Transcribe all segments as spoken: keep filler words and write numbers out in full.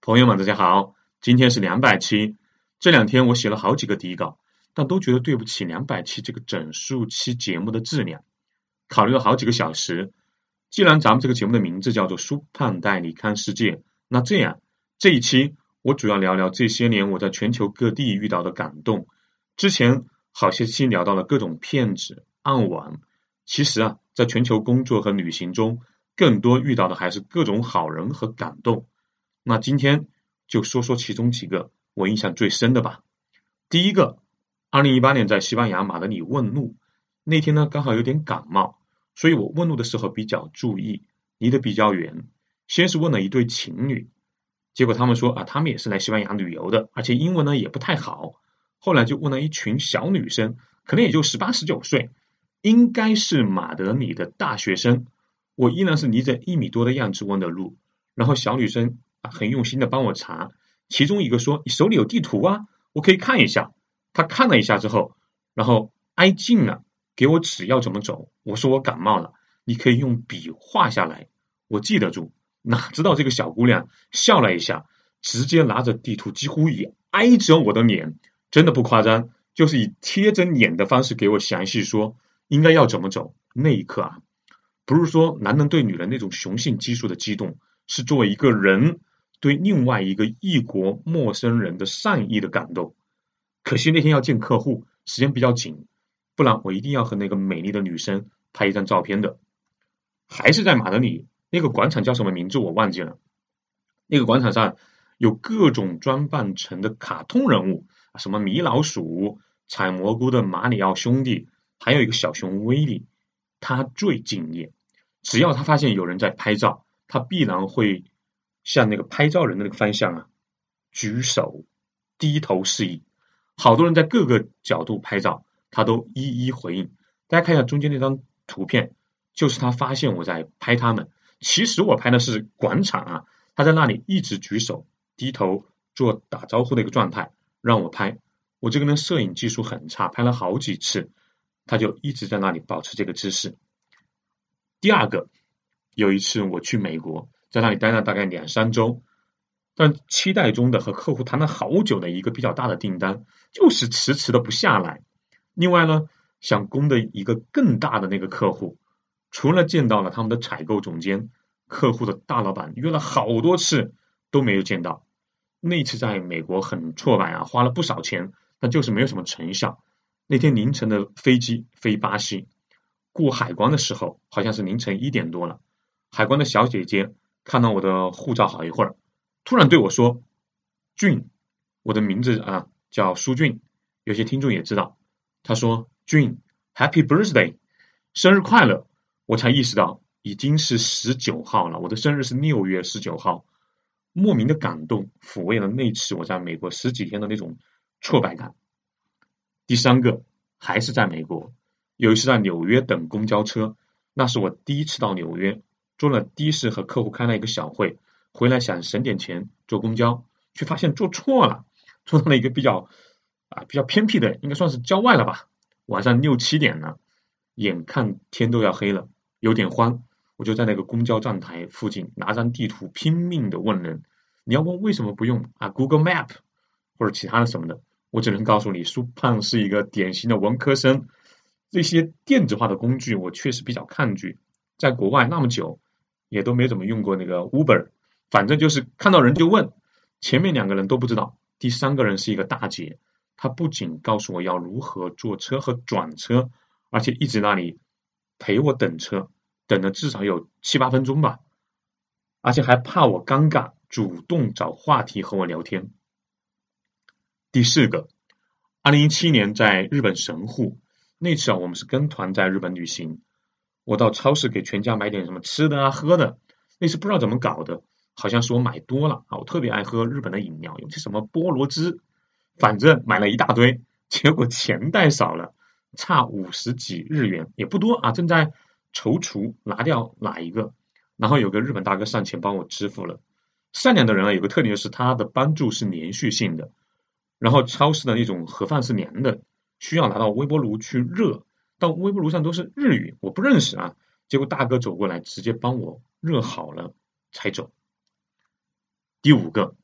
朋友们，大家好，今天是两百期。这两天我写了好几个底稿，但都觉得对不起两百期这个整数期节目的质量。考虑了好几个小时，既然咱们这个节目的名字叫做苏胖带你看世界，那这样这一期我主要聊聊这些年我在全球各地遇到的感动。之前好些期聊到了各种骗子、暗网，其实啊，在全球工作和旅行中，更多遇到的还是各种好人和感动。那今天就说说其中几个我印象最深的吧。第一个，二零一八年在西班牙马德里问路，那天呢刚好有点感冒，所以我问路的时候比较注意，离得比较远。先是问了一对情侣，结果他们说啊，他们也是来西班牙旅游的，而且英文呢也不太好。后来就问了一群小女生，可能也就十八十九岁，应该是马德里的大学生。我依然是离着一米多的样子问的路，然后小女生很用心的帮我查，其中一个说你手里有地图啊，我可以看一下。他看了一下之后，然后挨近了给我指要怎么走。我说我感冒了，你可以用笔画下来，我记得住。哪知道这个小姑娘笑了一下，直接拿着地图几乎以挨着我的脸，真的不夸张，就是以贴着脸的方式给我详细说应该要怎么走。那一刻啊，不是说男人对女人那种雄性激素的激动，是作为一个人对另外一个异国陌生人的善意的感动。可惜那天要见客户，时间比较紧，不然我一定要和那个美丽的女生拍一张照片的。还是在马德里，那个广场叫什么名字我忘记了。那个广场上有各种装扮成的卡通人物，什么米老鼠、采蘑菇的马里奥兄弟，还有一个小熊威利。他最敬业，只要他发现有人在拍照，他必然会向那个拍照人的那个方向啊举手低头示意。好多人在各个角度拍照，他都一一回应。大家看一下中间那张图片，就是他发现我在拍他们。其实我拍的是广场啊，他在那里一直举手低头做打招呼的一个状态让我拍。我这个人摄影技术很差，拍了好几次，他就一直在那里保持这个姿势。第二个，有一次我去美国，在那里待了大概两三周，但期待中的和客户谈了好久的一个比较大的订单，就是迟迟的不下来。另外呢，想攻的一个更大的那个客户，除了见到了他们的采购总监，客户的大老板约了好多次都没有见到。那次在美国很挫败啊，花了不少钱，但就是没有什么成效。那天凌晨的飞机飞巴西，过海关的时候好像是凌晨一点多了，海关的小姐姐看到我的护照好一会儿，突然对我说俊，我的名字啊叫苏俊，有些听众也知道。他说俊 Happy Birthday， 生日快乐。我才意识到已经是十九号了，我的生日是六月十九号。莫名的感动抚慰了那次我在美国十几天的那种挫败感。第三个还是在美国，有一次在纽约等公交车，那是我第一次到纽约，坐了的士和客户开了一个小会，回来想省点钱坐公交，却发现坐错了，坐到了一个比较啊比较偏僻的，应该算是郊外了吧。晚上六七点了，眼看天都要黑了，有点慌，我就在那个公交站台附近拿张地图拼命的问人。你要问为什么不用啊 Google Map 或者其他的什么的，我只能告诉你，苏胖是一个典型的文科生，这些电子化的工具我确实比较抗拒。在国外那么久，也都没怎么用过那个 Uber， 反正就是看到人就问。前面两个人都不知道，第三个人是一个大姐，她不仅告诉我要如何坐车和转车，而且一直那里陪我等车，等了至少有七八分钟吧，而且还怕我尴尬，主动找话题和我聊天。第四个，二零一七年在日本神户，那次啊我们是跟团在日本旅行，我到超市给全家买点什么吃的啊喝的，那次不知道怎么搞的，好像是我买多了啊，我特别爱喝日本的饮料，尤其什么菠萝汁，反正买了一大堆，结果钱带少了，差五十几日元，也不多啊，正在踌躇拿掉哪一个，然后有个日本大哥上前帮我支付了。善良的人啊，有个特点就是他的帮助是连续性的，然后超市的那种盒饭是凉的，需要拿到微波炉去热，到微波炉上都是日语，我不认识啊，结果大哥走过来直接帮我热好了才走。第五个，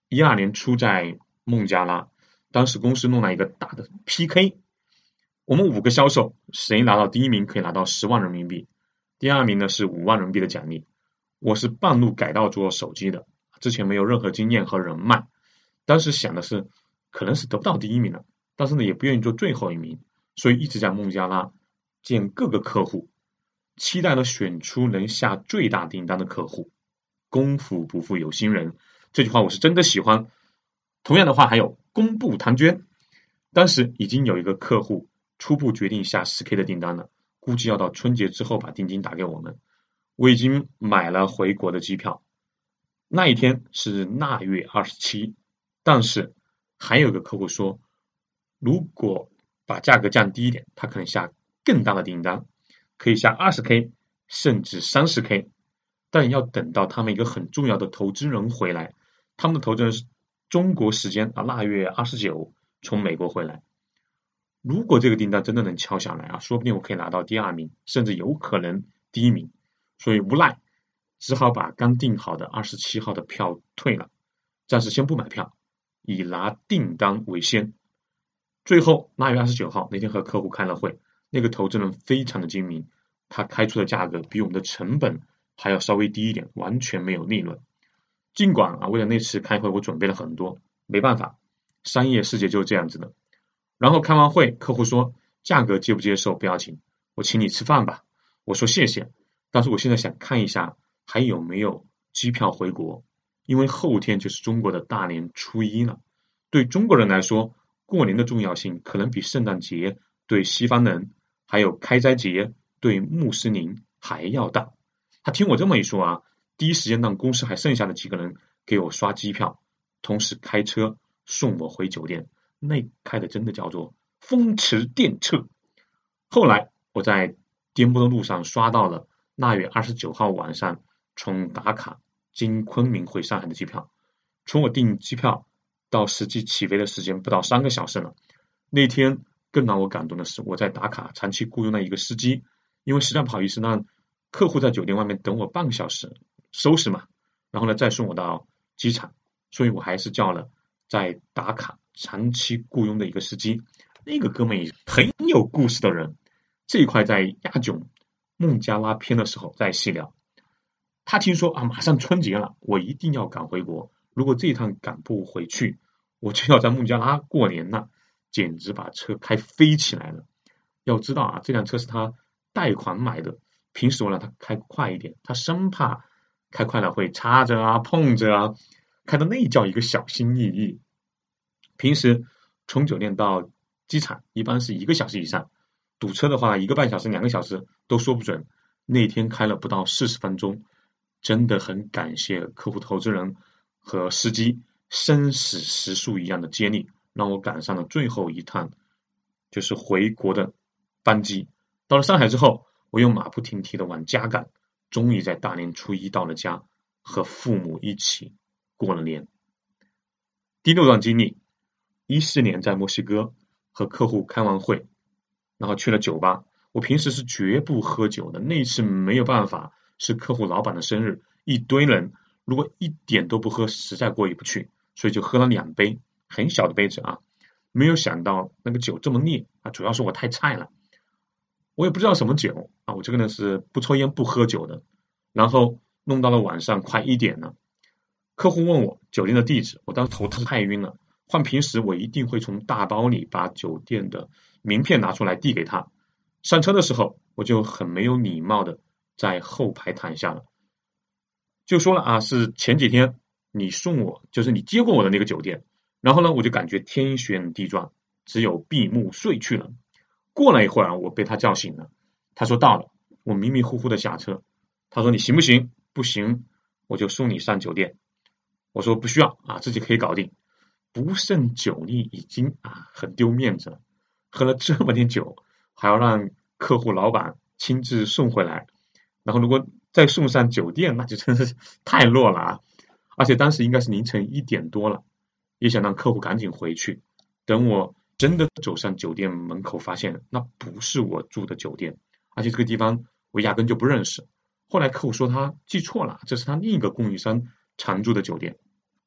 一二年初在孟加拉，当时公司弄了一个大的 P K， 我们五个销售谁拿到第一名可以拿到十万人民币，第二名呢是五万人民币的奖励。我是半路改道做手机的，之前没有任何经验和人脉，当时想的是可能是得不到第一名的，但是呢也不愿意做最后一名，所以一直在孟加拉见各个客户，期待了选出能下最大订单的客户。功夫不负有心人，这句话我是真的喜欢。同样的话还有公布唐娟，当时已经有一个客户初步决定下 十K 的订单了，估计要到春节之后把定金打给我们。我已经买了回国的机票，那一天是腊月二十七，但是还有一个客户说，如果把价格降低一点，他可能下更大的订单，可以下 二十K 甚至 三十K， 但要等到他们一个很重要的投资人回来，他们的投资人是中国时间啊腊月二十九从美国回来。如果这个订单真的能敲下来啊，说不定我可以拿到第二名，甚至有可能第一名。所以无奈只好把刚订好的二十七号的票退了，暂时先不买票，以拿订单为先。最后腊月二十九号那天和客户开了会，那个投资人非常的精明，他开出的价格比我们的成本还要稍微低一点，完全没有利润。尽管啊，为了那次开会我准备了很多，没办法，商业世界就是这样子的。然后开完会，客户说价格接不接受不要紧，我请你吃饭吧。我说谢谢，但是我现在想看一下还有没有机票回国，因为后天就是中国的大年初一了。对中国人来说，过年的重要性可能比圣诞节对西方人还有开斋节对穆斯林还要大。他听我这么一说啊，第一时间让公司还剩下的几个人给我刷机票，同时开车送我回酒店，那开的真的叫做风驰电掣。后来我在颠簸的路上刷到了腊月二十九号晚上从达卡经昆明回上海的机票，从我订机票到实际起飞的时间不到三个小时了。那天更让我感动的是，我在达卡长期雇佣了一个司机，因为实在不好意思让客户在酒店外面等我半个小时收拾嘛，然后呢再送我到机场，所以我还是叫了在达卡长期雇佣的一个司机。那个哥们也很有故事的人，这一块在亚囧孟加拉篇的时候再细聊。他听说啊马上春节了，我一定要赶回国，如果这一趟赶不回去，我就要在孟加拉过年了，简直把车开飞起来了。要知道啊，这辆车是他贷款买的，平时我让他开快一点，他生怕开快了会擦着啊碰着啊，开的那叫一个小心翼翼。平时从酒店到机场一般是一个小时以上，堵车的话一个半小时两个小时都说不准，那天开了不到四十分钟。真的很感谢客户投资人和司机生死时速一样的接力，让我赶上了最后一趟就是回国的班机。到了上海之后，我又马不停蹄的往家赶，终于在大年初一到了家，和父母一起过了年。第六段经历，一四年在墨西哥和客户开完会，然后去了酒吧。我平时是绝不喝酒的，那次没有办法，是客户老板的生日，一堆人，如果一点都不喝实在过意不去，所以就喝了两杯，很小的杯子啊。没有想到那个酒这么烈啊，主要是我太菜了，我也不知道什么酒啊，我这个人是不抽烟不喝酒的。然后弄到了晚上快一点了，客户问我酒店的地址，我当时头太晕了，换平时我一定会从大包里把酒店的名片拿出来递给他。上车的时候我就很没有礼貌的在后排躺下了，就说了啊，是前几天你送我，就是你接过我的那个酒店。然后呢我就感觉天旋地转，只有闭目睡去了。过了一会儿我被他叫醒了，他说到了，我迷迷糊糊的下车，他说你行不行？不行我就送你上酒店。我说不需要啊，自己可以搞定。不胜酒力已经啊很丢面子了，喝了这么点酒还要让客户老板亲自送回来，然后如果再送上酒店，那就真的是太弱了啊！而且当时应该是凌晨一点多了，也想让客户赶紧回去。等我真的走上酒店门口，发现那不是我住的酒店，而且这个地方我压根就不认识。后来客户说他记错了，这是他另一个供应商常住的酒店。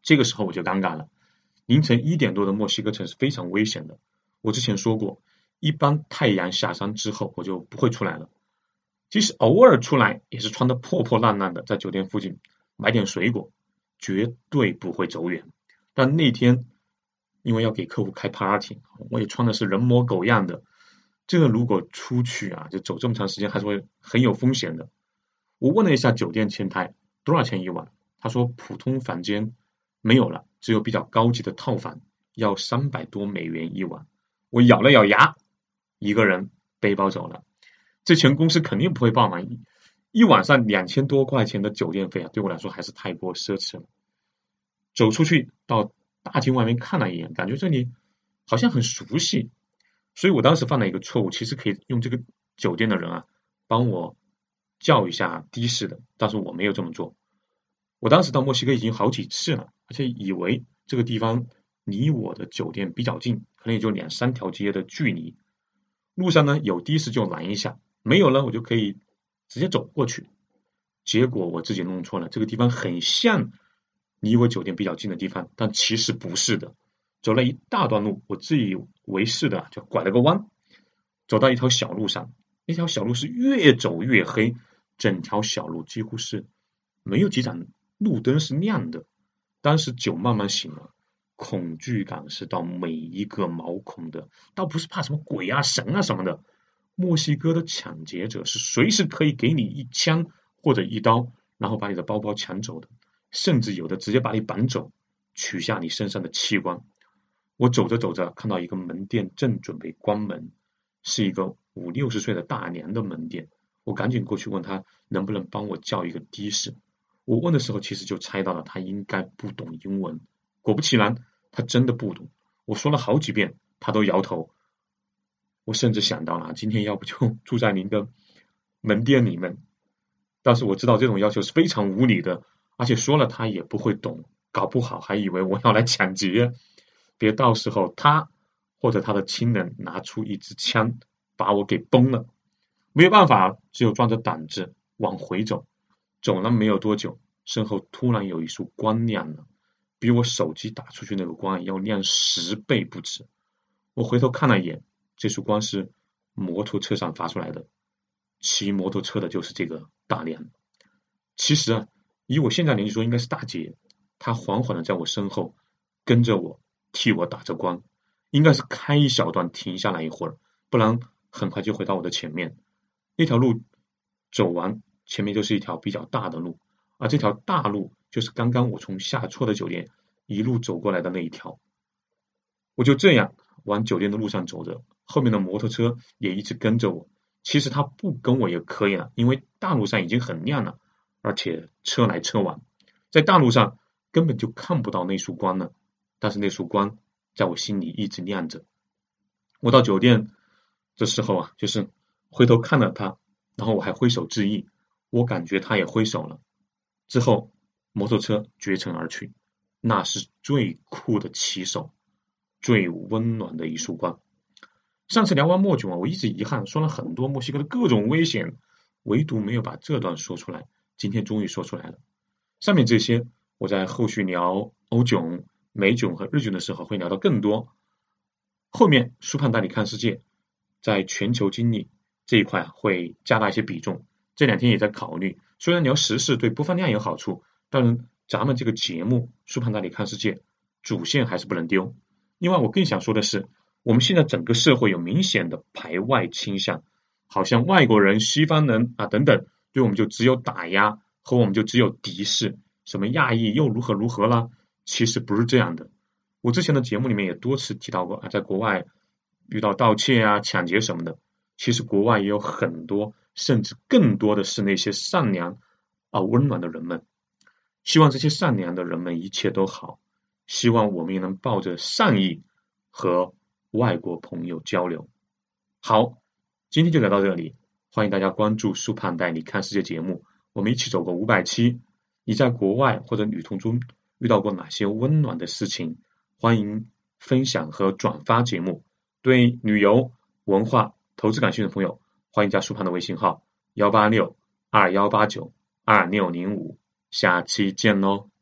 这个时候我就尴尬了。凌晨一点多的墨西哥城是非常危险的，我之前说过，一般太阳下山之后我就不会出来了，即使偶尔出来也是穿得破破烂烂的，在酒店附近买点水果，绝对不会走远。但那天因为要给客户开 party， 我也穿的是人模狗样的，这个如果出去啊，就走这么长时间还是会很有风险的。我问了一下酒店前台多少钱一晚，他说普通房间没有了，只有比较高级的套房，要三百多美元一晚。我咬了咬牙，一个人背包走了。这钱公司肯定不会报嘛，一晚上两千多块钱的酒店费啊，对我来说还是太过奢侈了。走出去到大厅外面看了一眼，感觉这里好像很熟悉，所以我当时犯了一个错误，其实可以用这个酒店的人啊帮我叫一下的士的，但是我没有这么做。我当时到墨西哥已经好几次了，而且以为这个地方离我的酒店比较近，可能也就两三条街的距离，路上呢有的士就拦一下，没有呢我就可以直接走过去。结果我自己弄错了，这个地方很像离我酒店比较近的地方，但其实不是的。走了一大段路，我自以为是的就拐了个弯，走到一条小路上，那条小路是越走越黑，整条小路几乎是没有几盏路灯是亮的。当时酒慢慢醒了，恐惧感是到每一个毛孔的，倒不是怕什么鬼啊神啊什么的。墨西哥的抢劫者是随时可以给你一枪或者一刀，然后把你的包包抢走的，甚至有的直接把你绑走，取下你身上的器官。我走着走着看到一个门店正准备关门，是一个五六十岁的大娘的门店，我赶紧过去问他能不能帮我叫一个的士。我问的时候其实就猜到了他应该不懂英文，果不其然他真的不懂，我说了好几遍他都摇头。我甚至想到了今天要不就住在您的门店里面，但是我知道这种要求是非常无理的，而且说了他也不会懂，搞不好还以为我要来抢劫，别到时候他或者他的亲人拿出一支枪把我给崩了。没有办法，只有壮着胆子往回走。走了没有多久，身后突然有一束光亮了，比我手机打出去那个光要亮十倍不止。我回头看了一眼，这束光是摩托车上发出来的，骑摩托车的就是这个大娘。其实啊，以我现在年纪说应该是大姐，她缓缓的在我身后跟着我，替我打着光，应该是开一小段停下来一会儿，不然很快就回到我的前面。那条路走完，前面就是一条比较大的路，而这条大路就是刚刚我从下错的酒店一路走过来的那一条。我就这样往酒店的路上走着，后面的摩托车也一直跟着我。其实他不跟我也可以了，因为大路上已经很亮了，而且车来车往，在大路上根本就看不到那束光了，但是那束光在我心里一直亮着。我到酒店这时候啊，就是回头看了他，然后我还挥手致意，我感觉他也挥手了。之后摩托车绝尘而去，那是最酷的骑手，最温暖的一束光。上次聊完墨囧啊，我一直遗憾说了很多墨西哥的各种危险，唯独没有把这段说出来，今天终于说出来了。上面这些我在后续聊欧囧、美囧和日囧的时候会聊到更多。后面苏胖带你看世界在全球经历这一块会加大一些比重，这两天也在考虑，虽然聊时事对播放量有好处，但咱们这个节目苏胖带你看世界主线还是不能丢。另外我更想说的是，我们现在整个社会有明显的排外倾向，好像外国人、西方人啊等等对我们就只有打压，和我们就只有敌视，什么亚裔又如何如何啦，其实不是这样的。我之前的节目里面也多次提到过啊，在国外遇到盗窃啊、抢劫什么的，其实国外也有很多，甚至更多的是那些善良而温暖的人们。希望这些善良的人们一切都好，希望我们也能抱着善意和外国朋友交流。好，今天就聊到这里，欢迎大家关注苏胖带你看世界节目，我们一起走过五百期。你在国外或者旅途中遇到过哪些温暖的事情？欢迎分享和转发节目。对旅游、文化、投资感兴趣的朋友，欢迎加苏胖的微信号一八六二一八九二六零五，下期见喽。